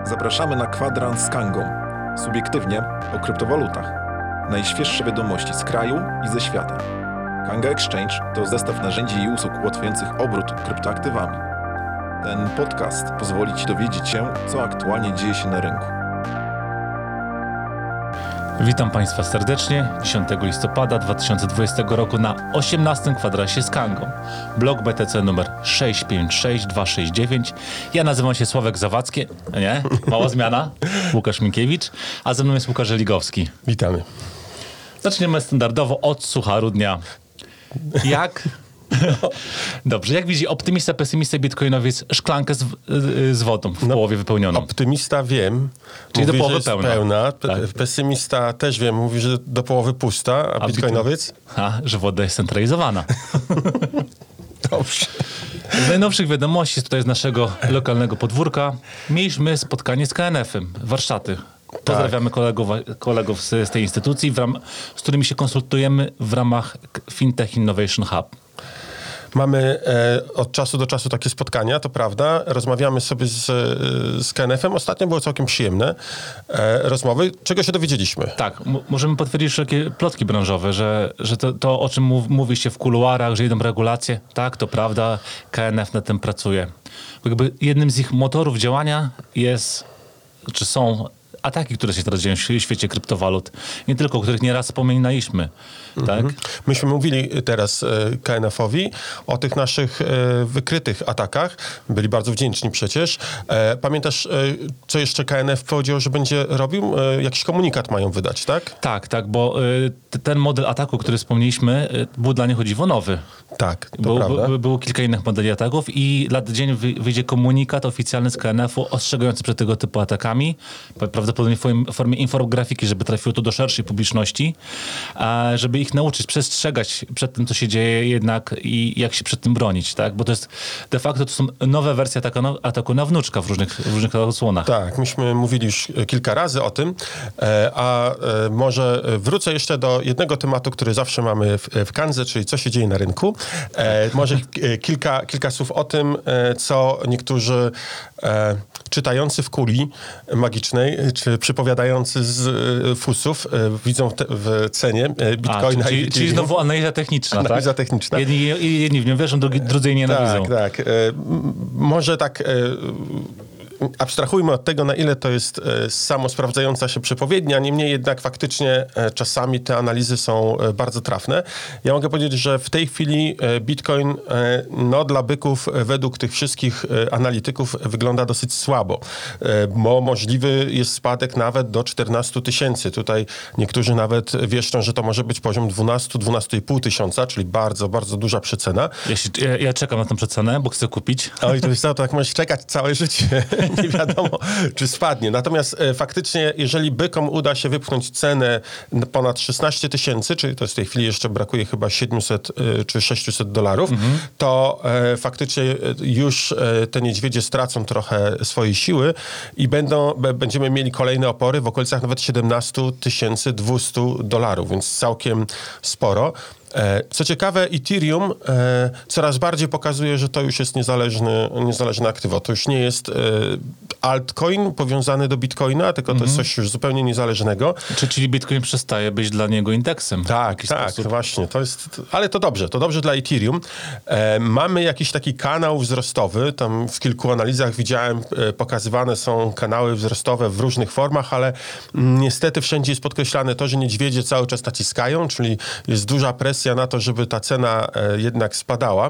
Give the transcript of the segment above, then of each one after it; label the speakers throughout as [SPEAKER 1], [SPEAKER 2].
[SPEAKER 1] Zapraszamy na kwadrans z Kangą. Subiektywnie o kryptowalutach. Najświeższe wiadomości z kraju i ze świata. Kanga Exchange to zestaw narzędzi i usług ułatwiających obrót kryptoaktywami. Ten podcast pozwoli Ci dowiedzieć się, co aktualnie dzieje się na rynku.
[SPEAKER 2] Witam Państwa serdecznie 10 listopada 2020 roku na 18 kwadransie z Kangą. Blog BTC numer 656269. Ja nazywam się Sławek Zawadzki, nie? Mała zmiana. Łukasz Minkiewicz, a ze mną jest Łukasz Żeligowski.
[SPEAKER 3] Witamy.
[SPEAKER 2] Zaczniemy standardowo od sucharu dnia. Jak... Dobrze, jak widzi optymista, pesymista, bitcoinowiec szklankę z wodą w połowie wypełnioną?
[SPEAKER 3] Optymista wiem,
[SPEAKER 2] Czyli
[SPEAKER 3] mówi,
[SPEAKER 2] do połowy
[SPEAKER 3] że jest pełna. Tak. Pesymista też wiem, mówi, że do połowy pusta, a bitcoinowiec?
[SPEAKER 2] Że woda jest centralizowana.
[SPEAKER 3] Dobrze.
[SPEAKER 2] Z najnowszych wiadomości tutaj z naszego lokalnego podwórka mieliśmy spotkanie z KNF-em, warsztaty. Pozdrawiamy kolegów z tej instytucji, z którymi się konsultujemy w ramach Fintech Innovation Hub.
[SPEAKER 3] Mamy od czasu do czasu takie spotkania, to prawda. Rozmawiamy sobie z KNF-em. Ostatnio było całkiem przyjemne rozmowy. Czego się dowiedzieliśmy?
[SPEAKER 2] Tak, możemy potwierdzić wszelkie plotki branżowe, że to o czym mówi się w kuluarach, że idą regulacje. Tak, to prawda, KNF nad tym pracuje. Bo jakby jednym z ich motorów działania są ataki, które się teraz dzieją w świecie kryptowalut. Nie tylko, o których nieraz wspominaliśmy. Tak?
[SPEAKER 3] Myśmy mówili teraz KNF-owi o tych naszych wykrytych atakach. Byli bardzo wdzięczni przecież. Pamiętasz, co jeszcze KNF powiedział, że będzie robił? Jakiś komunikat mają wydać, tak?
[SPEAKER 2] Tak, bo ten model ataku, który wspomnieliśmy, był dla nich o dziwo nowy.
[SPEAKER 3] Tak, to prawda.
[SPEAKER 2] Było kilka innych modeli ataków i lada dzień wyjdzie komunikat oficjalny z KNF-u ostrzegający przed tego typu atakami. Prawdopodobnie w formie infografiki, żeby trafiło to do szerszej publiczności, żeby ich nauczyć przestrzegać przed tym, co się dzieje jednak i jak się przed tym bronić, tak? Bo to jest de facto to są nowe wersje ataku na wnuczka w różnych odsłonach.
[SPEAKER 3] Tak, myśmy mówili już kilka razy o tym, a może wrócę jeszcze do jednego tematu, który zawsze mamy w Kandze, czyli co się dzieje na rynku. Może kilka słów o tym, co niektórzy czytający w kuli magicznej, czy przypowiadający z fusów widzą w cenie Bitcoina.
[SPEAKER 2] Czyli znowu analiza techniczna,
[SPEAKER 3] analiza
[SPEAKER 2] tak?
[SPEAKER 3] techniczna.
[SPEAKER 2] Jedni w nią wierzą, drudzy jej nienawidzą.
[SPEAKER 3] Tak. Może tak... Abstrahujmy od tego, na ile to jest samo sprawdzająca się przepowiednia, niemniej jednak faktycznie czasami te analizy są bardzo trafne. Ja mogę powiedzieć, że w tej chwili Bitcoin dla byków według tych wszystkich analityków wygląda dosyć słabo, bo możliwy jest spadek nawet do 14 000. Tutaj niektórzy nawet wieszczą, że to może być poziom 12-12,5 tysiąca, czyli bardzo, bardzo duża przecena.
[SPEAKER 2] Ja czekam na tę przecenę, bo chcę kupić.
[SPEAKER 3] Oj, to jest to tak możesz czekać całe życie. Nie wiadomo, czy spadnie. Natomiast faktycznie, jeżeli bykom uda się wypchnąć cenę ponad 16 000, czyli to w tej chwili jeszcze brakuje chyba 700 czy 600 dolarów, to faktycznie już te niedźwiedzie stracą trochę swojej siły i będziemy mieli kolejne opory w okolicach nawet 17 200 dolarów, więc całkiem sporo. Co ciekawe, Ethereum coraz bardziej pokazuje, że to już jest niezależne aktywo. To już nie jest altcoin powiązany do Bitcoina, tylko to jest coś już zupełnie niezależnego.
[SPEAKER 2] Czyli Bitcoin przestaje być dla niego indeksem.
[SPEAKER 3] Tak, właśnie. Ale to dobrze dla Ethereum. Mamy jakiś taki kanał wzrostowy, tam w kilku analizach widziałem, pokazywane są kanały wzrostowe w różnych formach, ale niestety wszędzie jest podkreślane to, że niedźwiedzie cały czas naciskają, czyli jest duża presja na to, żeby ta cena jednak spadała.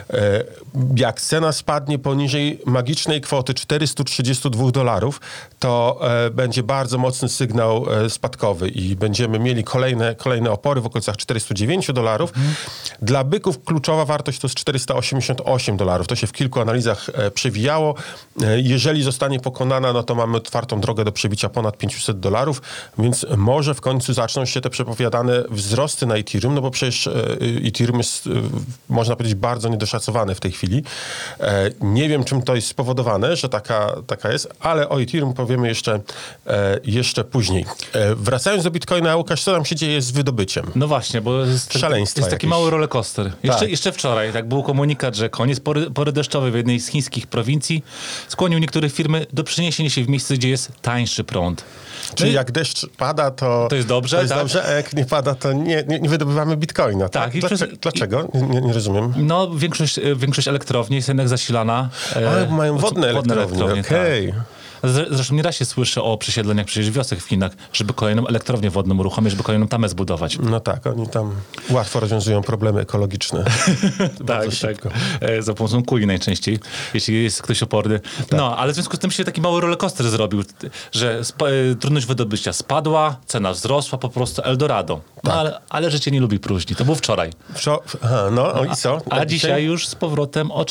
[SPEAKER 3] Jak cena spadnie poniżej magicznej kwoty 432 dolarów, to będzie bardzo mocny sygnał spadkowy i będziemy mieli kolejne opory w okolicach 409 dolarów. Dla byków kluczowa wartość to jest 488 dolarów. To się w kilku analizach przewijało. Jeżeli zostanie pokonana, no to mamy otwartą drogę do przebicia ponad 500 dolarów, więc może w końcu zaczną się te przepowiadane wzrosty na Ethereum, no bo przecież ponieważ Ethereum jest, można powiedzieć, bardzo niedoszacowane w tej chwili. Nie wiem, czym to jest spowodowane, że taka jest, ale o Ethereum powiemy jeszcze później. Wracając do Bitcoina, Łukasz, co tam się dzieje z wydobyciem?
[SPEAKER 2] No właśnie, bo jest
[SPEAKER 3] Szaleństwa
[SPEAKER 2] taki
[SPEAKER 3] jakieś.
[SPEAKER 2] mały rollercoaster.
[SPEAKER 3] Tak.
[SPEAKER 2] Jeszcze wczoraj był komunikat, że koniec pory deszczowej w jednej z chińskich prowincji skłonił niektóre firmy do przeniesienia się w miejsce, gdzie jest tańszy prąd.
[SPEAKER 3] Czyli
[SPEAKER 2] No i-
[SPEAKER 3] jak deszcz pada, to
[SPEAKER 2] jest dobrze,
[SPEAKER 3] to jest
[SPEAKER 2] tak?
[SPEAKER 3] dobrze, a jak nie pada, to nie wydobywamy Bitcoina.
[SPEAKER 2] Tak, i
[SPEAKER 3] Dlaczego? Nie rozumiem.
[SPEAKER 2] No, większość elektrowni jest jednak zasilana.
[SPEAKER 3] Ale mają wodne elektrownie, okej.
[SPEAKER 2] Tak. Zresztą nieraz się słyszy o przesiedleniach przecież wiosek w Chinach, żeby kolejną elektrownię wodną uruchomić, żeby kolejną tamę zbudować.
[SPEAKER 3] No tak, oni tam łatwo rozwiązują problemy ekologiczne. Bardzo szybko.
[SPEAKER 2] Za pomocą kuli najczęściej, jeśli jest ktoś oporny. No, ale w związku z tym się taki mały rollercoaster zrobił, że trudność wydobycia spadła, cena wzrosła, po prostu Eldorado. No, ale życie nie lubi próżni. To był wczoraj.
[SPEAKER 3] No i co?
[SPEAKER 2] A dzisiaj już z powrotem o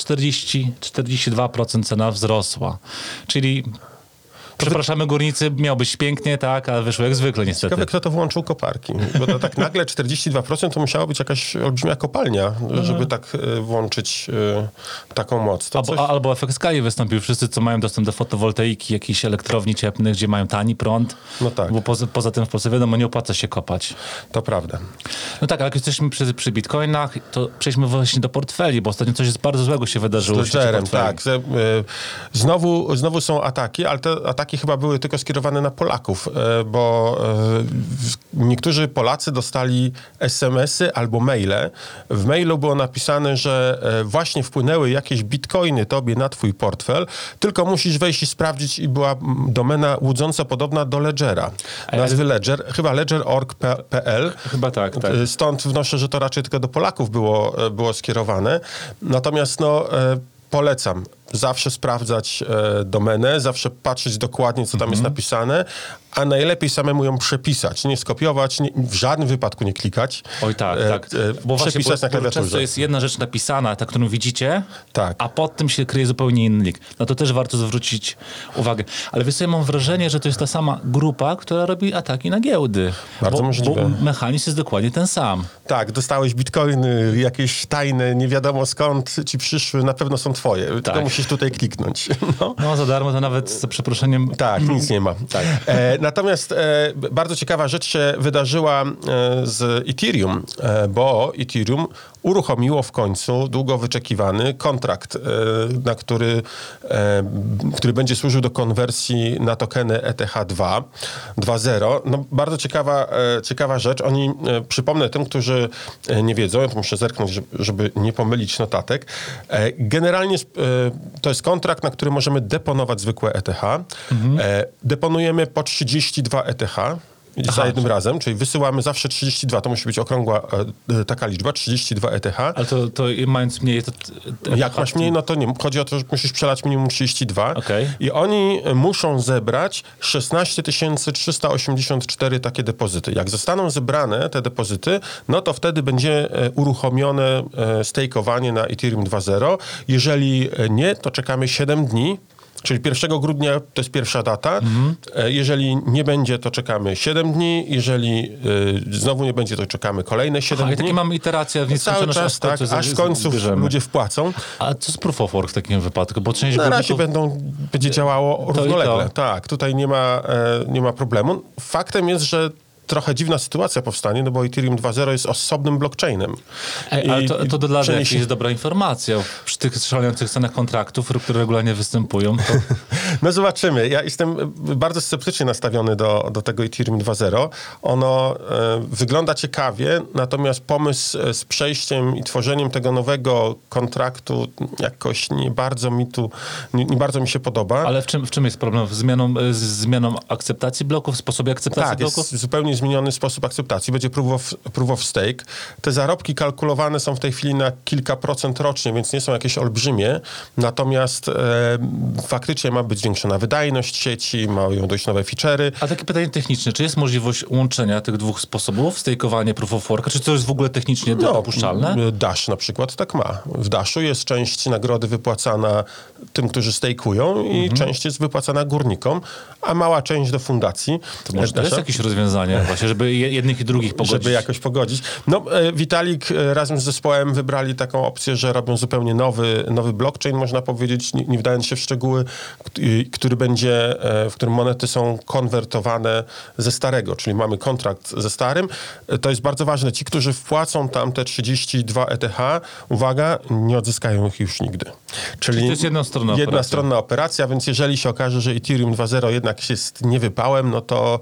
[SPEAKER 2] 42% cena wzrosła. Czyli przepraszamy górnicy, miał być pięknie, tak, a wyszło jak zwykle niestety.
[SPEAKER 3] Ciekawe, kto to włączył koparki. Bo to tak nagle 42% to musiała być jakaś olbrzymia kopalnia, żeby tak włączyć taką moc. To coś...
[SPEAKER 2] Albo efekt skali wystąpił. Wszyscy, co mają dostęp do fotowoltaiki, jakichś elektrowni cieplnych, gdzie mają tani prąd.
[SPEAKER 3] No tak.
[SPEAKER 2] Bo poza tym w Polsce wiadomo, nie opłaca się kopać.
[SPEAKER 3] To prawda.
[SPEAKER 2] No tak, ale jak jesteśmy przy bitcoinach, to przejdźmy właśnie do portfeli, bo ostatnio coś bardzo złego się wydarzyło.
[SPEAKER 3] Z Ledgerem,
[SPEAKER 2] w świecie
[SPEAKER 3] tak. Znowu są ataki, ale te ataki chyba były tylko skierowane na Polaków, bo niektórzy Polacy dostali SMS-y albo maile. W mailu było napisane, że właśnie wpłynęły jakieś bitcoiny tobie na twój portfel, tylko musisz wejść i sprawdzić i była domena łudząco podobna do Ledgera. Nazwy Ledger, chyba ledger.org.pl.
[SPEAKER 2] Chyba tak.
[SPEAKER 3] Stąd wnoszę, że to raczej tylko do Polaków było skierowane. Natomiast polecam zawsze sprawdzać domenę, zawsze patrzeć dokładnie, co tam jest napisane, a najlepiej samemu ją przepisać, nie skopiować, w żadnym wypadku nie klikać.
[SPEAKER 2] Oj tak. Bo
[SPEAKER 3] przepisać
[SPEAKER 2] właśnie,
[SPEAKER 3] na klawiaturze.
[SPEAKER 2] często jest jedna rzecz napisana, ta, którą widzicie,
[SPEAKER 3] Tak.
[SPEAKER 2] a pod tym się kryje zupełnie inny link. No to też warto zwrócić uwagę. Ale wiesz co, ja mam wrażenie, że to jest ta sama grupa, która robi ataki na giełdy.
[SPEAKER 3] Bardzo możliwe.
[SPEAKER 2] Bo mechanizm jest dokładnie ten sam.
[SPEAKER 3] Tak, dostałeś bitcoiny, jakieś tajne, nie wiadomo skąd ci przyszły, na pewno są twoje. Tylko musisz tutaj kliknąć.
[SPEAKER 2] No za darmo to nawet z przeproszeniem...
[SPEAKER 3] Tak, nic nie ma.
[SPEAKER 2] Tak.
[SPEAKER 3] Natomiast bardzo ciekawa rzecz się wydarzyła z Ethereum, bo Ethereum uruchomiło w końcu długo wyczekiwany kontrakt, który będzie służył do konwersji na tokeny ETH 2.0. No, bardzo ciekawa rzecz. Oni, przypomnę tym, którzy nie wiedzą, ja to muszę zerknąć, żeby nie pomylić notatek. Generalnie to jest kontrakt, na który możemy deponować zwykłe ETH. Deponujemy po 32 ETH. Za jednym razem, czyli wysyłamy zawsze 32, to musi być okrągła taka liczba, 32 ETH. Ale
[SPEAKER 2] to mając mniej...
[SPEAKER 3] jak masz mniej, no to nie. Chodzi o to, że musisz przelać minimum 32.
[SPEAKER 2] Okay.
[SPEAKER 3] I oni muszą zebrać 16 384 takie depozyty. Jak zostaną zebrane te depozyty, no to wtedy będzie uruchomione stakeowanie na Ethereum 2.0. Jeżeli nie, to czekamy 7 dni. Czyli 1 grudnia to jest pierwsza data. Jeżeli nie będzie, to czekamy 7 dni. Jeżeli znowu nie będzie, to czekamy kolejne 7 dni.
[SPEAKER 2] I takie mamy iteracje w
[SPEAKER 3] Cały czas, tak, aż w końcu ludzie wpłacą.
[SPEAKER 2] A co z proof of work w takim wypadku? Bo część
[SPEAKER 3] Na razie będzie działało równolegle.
[SPEAKER 2] To.
[SPEAKER 3] Tak, tutaj nie ma problemu. Faktem jest, że trochę dziwna sytuacja powstanie, no bo Ethereum 2.0 jest osobnym blockchainem.
[SPEAKER 2] Ale to dla jakiejś jest dobra informacja. Przy tych szalejących cenach kontraktów, które regularnie występują. To...
[SPEAKER 3] No zobaczymy. Ja jestem bardzo sceptycznie nastawiony do tego Ethereum 2.0. Ono wygląda ciekawie, natomiast pomysł z przejściem i tworzeniem tego nowego kontraktu jakoś nie bardzo mi się podoba.
[SPEAKER 2] Ale w czym jest problem? Z zmianą akceptacji bloków, sposobie akceptacji bloków?
[SPEAKER 3] Tak, jest zupełnie zmieniony sposób akceptacji. Będzie proof of stake. Te zarobki kalkulowane są w tej chwili na kilka procent rocznie, więc nie są jakieś olbrzymie. Natomiast faktycznie ma być zwiększona wydajność sieci, mają dojść nowe feature'y.
[SPEAKER 2] A takie pytanie techniczne. Czy jest możliwość łączenia tych dwóch sposobów? Stakeowanie proof of work? Czy to jest w ogóle technicznie dopuszczalne?
[SPEAKER 3] Dash na przykład tak ma. W Dashu jest część nagrody wypłacana tym, którzy stejkują i część jest wypłacana górnikom, a mała część do fundacji.
[SPEAKER 2] To może to jest jakieś rozwiązanie. tak, właśnie, żeby jednych i drugich pogodzić.
[SPEAKER 3] Żeby jakoś pogodzić. No, Vitalik razem z zespołem wybrali taką opcję, że robią zupełnie nowy blockchain, można powiedzieć, nie wdając się w szczegóły, który będzie, w którym monety są konwertowane ze starego, czyli mamy kontrakt ze starym. To jest bardzo ważne. Ci, którzy wpłacą tam te 32 ETH, uwaga, nie odzyskają ich już nigdy.
[SPEAKER 2] Czyli to jest
[SPEAKER 3] jednostronna operacja, więc jeżeli się okaże, że Ethereum 2.0 jednak jest niewypałem, no to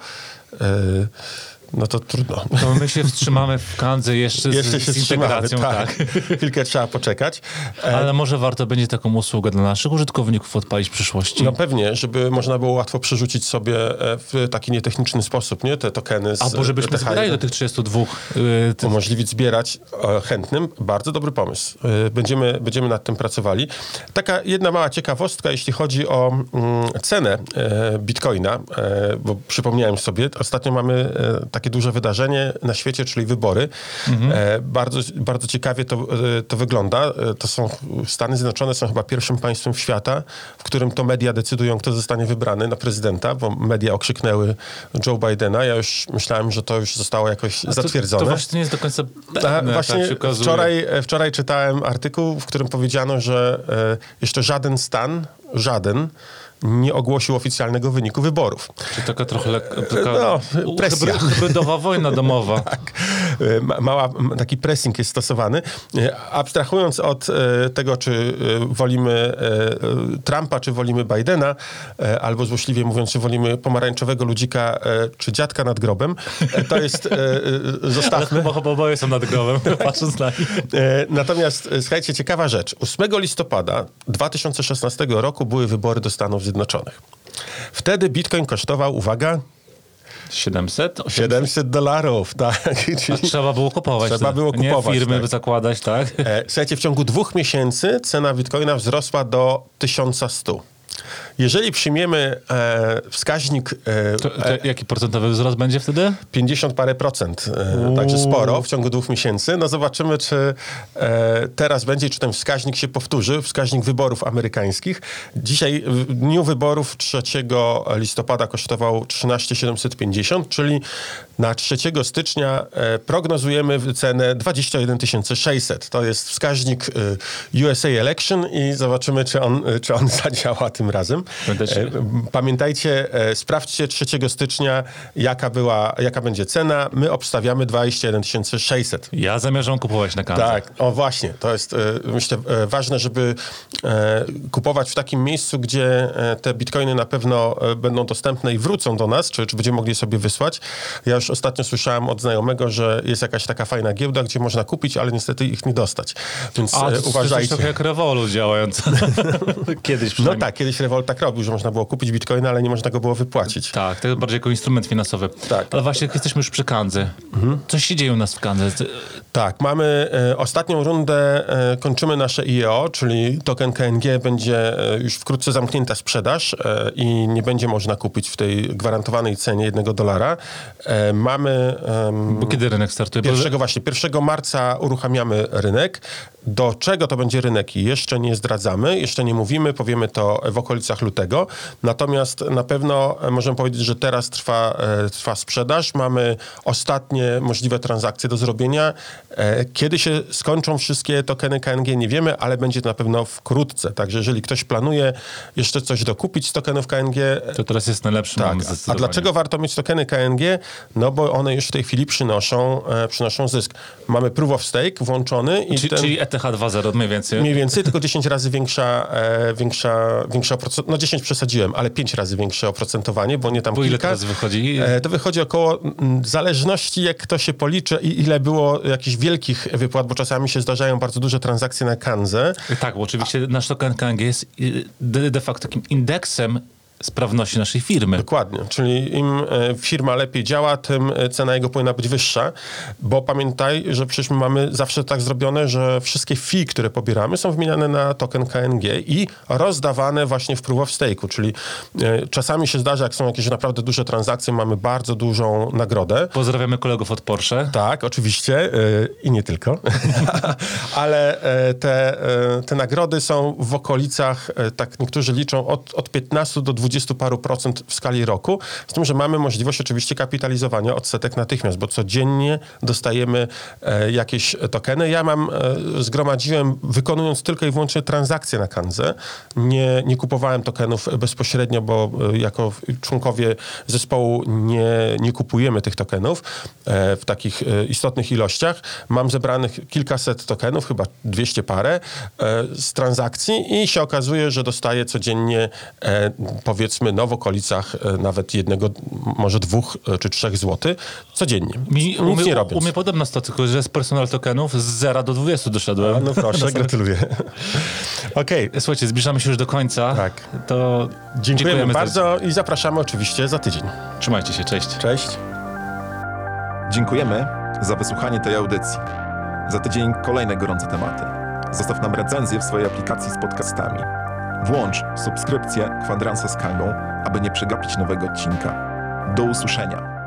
[SPEAKER 3] trudno.
[SPEAKER 2] To my się wstrzymamy w Kandze jeszcze z integracją. Tak.
[SPEAKER 3] Chwilkę trzeba poczekać.
[SPEAKER 2] Ale może warto będzie taką usługę dla naszych użytkowników odpalić w przyszłości.
[SPEAKER 3] No pewnie, żeby można było łatwo przerzucić sobie w taki nietechniczny sposób, nie? Te tokeny z
[SPEAKER 2] albo żebyśmy
[SPEAKER 3] ETH.
[SPEAKER 2] zbierali do tych 32.
[SPEAKER 3] Umożliwić zbierać chętnym. Bardzo dobry pomysł. Będziemy nad tym pracowali. Taka jedna mała ciekawostka, jeśli chodzi o cenę Bitcoina, bo przypomniałem sobie, ostatnio mamy takie duże wydarzenie na świecie, czyli wybory. Bardzo, bardzo ciekawie to wygląda. To są Stany Zjednoczone są chyba pierwszym państwem świata, w którym to media decydują, kto zostanie wybrany na prezydenta, bo media okrzyknęły Joe Bidena. Ja już myślałem, że to już zostało jakoś zatwierdzone.
[SPEAKER 2] To właśnie nie jest do końca pewne,
[SPEAKER 3] właśnie
[SPEAKER 2] tak
[SPEAKER 3] wczoraj czytałem artykuł, w którym powiedziano, że jeszcze żaden nie ogłosił oficjalnego wyniku wyborów.
[SPEAKER 2] Czy taka trochę
[SPEAKER 3] presja.
[SPEAKER 2] Hybrydowa wojna domowa.
[SPEAKER 3] Tak. Taki pressing jest stosowany. Abstrahując od tego, czy wolimy Trumpa, czy wolimy Bidena, albo złośliwie mówiąc, czy wolimy pomarańczowego ludzika, czy dziadka nad grobem, to jest... zostawmy.
[SPEAKER 2] Ale chyba oboje są nad grobem, patrząc na nich.
[SPEAKER 3] Natomiast, słuchajcie, ciekawa rzecz. 8 listopada 2016 roku były wybory do Stanów Zjednoczonych. Wtedy Bitcoin kosztował, uwaga...
[SPEAKER 2] 700?
[SPEAKER 3] $700, tak.
[SPEAKER 2] A trzeba było kupować. Nie firmy
[SPEAKER 3] tak.
[SPEAKER 2] zakładać, tak?
[SPEAKER 3] Słuchajcie, w ciągu 2 miesięcy cena Bitcoina wzrosła do 1100. Jeżeli przyjmiemy wskaźnik...
[SPEAKER 2] To jaki procentowy wzrost będzie wtedy?
[SPEAKER 3] 50 parę procent, także sporo w ciągu 2 miesięcy. No zobaczymy, czy teraz będzie, czy ten wskaźnik się powtórzy, wskaźnik wyborów amerykańskich. Dzisiaj w dniu wyborów 3 listopada kosztował 13 750, czyli na 3 stycznia prognozujemy cenę 21 600. To jest wskaźnik USA Election i zobaczymy, czy on zadziała tym razem. Pamiętajcie, sprawdźcie 3 stycznia, jaka będzie cena. My obstawiamy 21 600.
[SPEAKER 2] Ja zamierzam kupować na Kandze.
[SPEAKER 3] Tak, o właśnie. To jest, myślę, ważne, żeby kupować w takim miejscu, gdzie te bitcoiny na pewno będą dostępne i wrócą do nas, czy będziemy mogli sobie wysłać. Ja już ostatnio słyszałem od znajomego, że jest jakaś taka fajna giełda, gdzie można kupić, ale niestety ich nie dostać. Więc uważajcie.
[SPEAKER 2] To jest trochę jak Revolut działający. Kiedyś przynajmniej.
[SPEAKER 3] No tak, kiedyś Revolut tak robił, że można było kupić bitcoina, ale nie można go było wypłacić.
[SPEAKER 2] Tak, to bardziej jako instrument finansowy.
[SPEAKER 3] Tak.
[SPEAKER 2] Ale właśnie jak jesteśmy już przy Kandze. Coś się dzieje u nas w Kandze.
[SPEAKER 3] Tak, mamy ostatnią rundę, kończymy nasze IEO, czyli token KNG będzie już wkrótce zamknięta sprzedaż i nie będzie można kupić w tej gwarantowanej cenie $1. Mamy...
[SPEAKER 2] Bo kiedy rynek startuje?
[SPEAKER 3] 1 marca uruchamiamy rynek. Do czego to będzie rynek jeszcze nie zdradzamy, jeszcze nie mówimy, powiemy to w okolicach lutego. Natomiast na pewno możemy powiedzieć, że teraz trwa sprzedaż. Mamy ostatnie możliwe transakcje do zrobienia. Kiedy się skończą wszystkie tokeny KNG, nie wiemy, ale będzie to na pewno wkrótce. Także jeżeli ktoś planuje jeszcze coś dokupić z tokenów KNG...
[SPEAKER 2] To teraz jest najlepszy moment zdecydowanie.
[SPEAKER 3] A dlaczego warto mieć tokeny KNG? No bo one już w tej chwili przynoszą zysk. Mamy proof of stake włączony.
[SPEAKER 2] Czyli ETH 2.0 mniej więcej.
[SPEAKER 3] Mniej więcej, tylko 10 razy większa oprocentowanie. No 10 przesadziłem, ale 5 razy większe oprocentowanie, bo nie tam
[SPEAKER 2] Bo
[SPEAKER 3] kilka.
[SPEAKER 2] ile teraz wychodzi?
[SPEAKER 3] To wychodzi około, w zależności jak to się policzy i ile było jakichś wielkich wypłat, bo czasami się zdarzają bardzo duże transakcje na Kandze.
[SPEAKER 2] Tak, bo oczywiście nasz token KNG jest de facto takim indeksem sprawności naszej firmy.
[SPEAKER 3] Dokładnie, czyli im firma lepiej działa, tym cena jego powinna być wyższa, bo pamiętaj, że przecież my mamy zawsze tak zrobione, że wszystkie fee, które pobieramy, są wymieniane na token KNG i rozdawane właśnie w proof of stake'u, czyli czasami się zdarza, jak są jakieś naprawdę duże transakcje, mamy bardzo dużą nagrodę.
[SPEAKER 2] Pozdrawiamy kolegów od Porsche.
[SPEAKER 3] Tak, oczywiście i nie tylko, ale te nagrody są w okolicach, tak niektórzy liczą, od 15 do 20 20 paru procent w skali roku, z tym, że mamy możliwość oczywiście kapitalizowania odsetek natychmiast, bo codziennie dostajemy jakieś tokeny. Ja zgromadziłem, wykonując tylko i wyłącznie transakcje na Kandze. Nie kupowałem tokenów bezpośrednio, bo jako członkowie zespołu nie kupujemy tych tokenów w takich istotnych ilościach. Mam zebranych kilkaset tokenów, chyba 200 parę z transakcji i się okazuje, że dostaję codziennie powiedzmy w okolicach nawet 1, może 2 czy 3 zł codziennie. Nic nie robiąc.
[SPEAKER 2] U mnie podobna sytuacja, tylko że z personal tokenów z 0 do 20 doszedłem.
[SPEAKER 3] No proszę, gratuluję. Okej.
[SPEAKER 2] Słuchajcie, zbliżamy się już do końca.
[SPEAKER 3] Tak.
[SPEAKER 2] To
[SPEAKER 3] Dziękujemy bardzo i zapraszamy oczywiście za tydzień.
[SPEAKER 2] Trzymajcie się, cześć.
[SPEAKER 3] Cześć.
[SPEAKER 1] Dziękujemy za wysłuchanie tej audycji. Za tydzień kolejne gorące tematy. Zostaw nam recenzję w swojej aplikacji z podcastami. Włącz subskrypcję Kwadransa z Kangą, aby nie przegapić nowego odcinka. Do usłyszenia.